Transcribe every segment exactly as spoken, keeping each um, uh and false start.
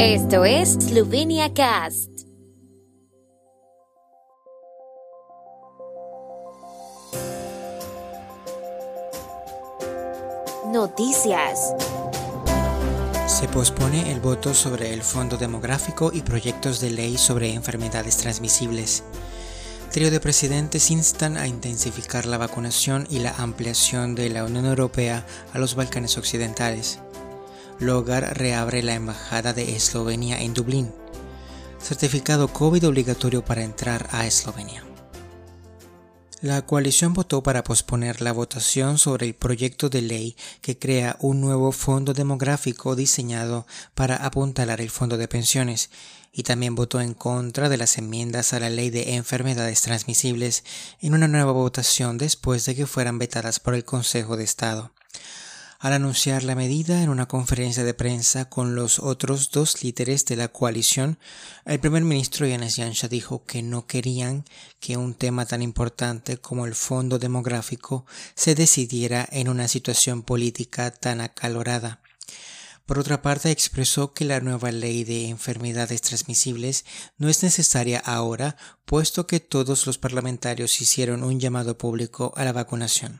Esto es Slovenia Cast. Noticias. Se pospone el voto sobre el Fondo Demográfico y proyectos de ley sobre enfermedades transmisibles. Trío de presidentes instan a intensificar la vacunación y la ampliación de la Unión Europea a los Balcanes Occidentales. Logar reabre la embajada de Eslovenia en Dublín. Certificado COVID obligatorio para entrar a Eslovenia. La coalición votó para posponer la votación sobre el proyecto de ley que crea un nuevo fondo demográfico diseñado para apuntalar el fondo de pensiones, y también votó en contra de las enmiendas a la ley de enfermedades transmisibles en una nueva votación después de que fueran vetadas por el Consejo de Estado. Al anunciar la medida en una conferencia de prensa con los otros dos líderes de la coalición, el primer ministro Janez Janša dijo que no querían que un tema tan importante como el fondo demográfico se decidiera en una situación política tan acalorada. Por otra parte, expresó que la nueva ley de enfermedades transmisibles no es necesaria ahora, puesto que todos los parlamentarios hicieron un llamado público a la vacunación.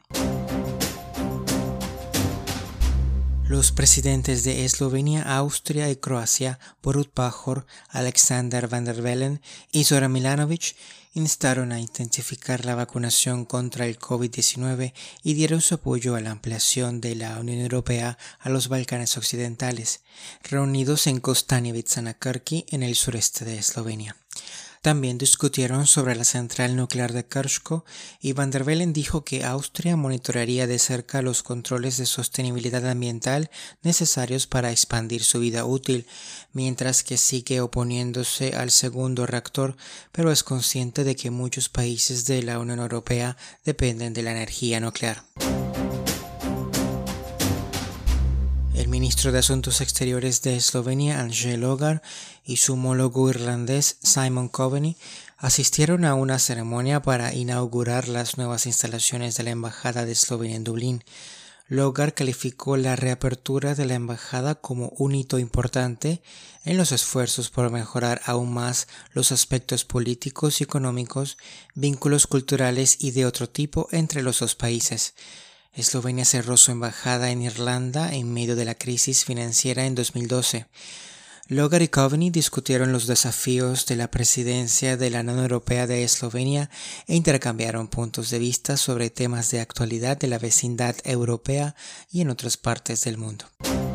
Los presidentes de Eslovenia, Austria y Croacia, Borut Pahor, Aleksandar Van der Bellen y Zoran Milanović, instaron a intensificar la vacunación contra el COVID diecinueve y dieron su apoyo a la ampliación de la Unión Europea a los Balcanes Occidentales, reunidos en Kostanjevica na Krki, en el sureste de Eslovenia. También discutieron sobre la central nuclear de Krško y Van der Bellen dijo que Austria monitorearía de cerca los controles de sostenibilidad ambiental necesarios para expandir su vida útil, mientras que sigue oponiéndose al segundo reactor, pero es consciente de que muchos países de la Unión Europea dependen de la energía nuclear. El ministro de Asuntos Exteriores de Eslovenia, Anže Logar, y su homólogo irlandés, Simon Coveney, asistieron a una ceremonia para inaugurar las nuevas instalaciones de la Embajada de Eslovenia en Dublín. Logar calificó la reapertura de la embajada como un hito importante en los esfuerzos por mejorar aún más los aspectos políticos y económicos, vínculos culturales y de otro tipo entre los dos países. Eslovenia cerró su embajada en Irlanda en medio de la crisis financiera en dos mil doce. Logar y Coveney discutieron los desafíos de la presidencia de la Unión Europea de Eslovenia e intercambiaron puntos de vista sobre temas de actualidad de la vecindad europea y en otras partes del mundo.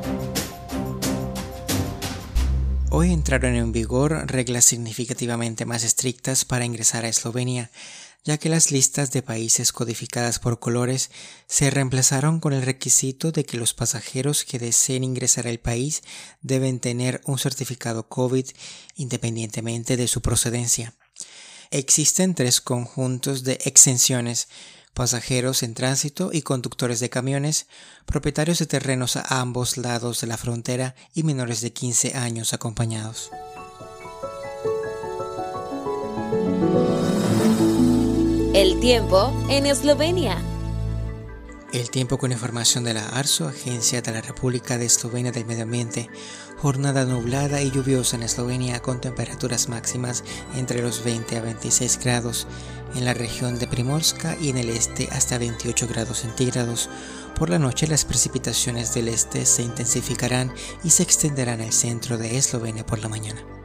Hoy entraron en vigor reglas significativamente más estrictas para ingresar a Eslovenia, ya que las listas de países codificadas por colores se reemplazaron con el requisito de que los pasajeros que deseen ingresar al país deben tener un certificado COVID independientemente de su procedencia. Existen tres conjuntos de exenciones: pasajeros en tránsito y conductores de camiones, propietarios de terrenos a ambos lados de la frontera y menores de quince años acompañados. El tiempo en Eslovenia. El tiempo con información de la ARSO, Agencia de la República de Eslovenia del Medio Ambiente. Jornada nublada y lluviosa en Eslovenia con temperaturas máximas entre los veinte a veintiséis grados, en la región de Primorska y en el este hasta veintiocho grados centígrados. Por la noche las precipitaciones del este se intensificarán y se extenderán al centro de Eslovenia por la mañana.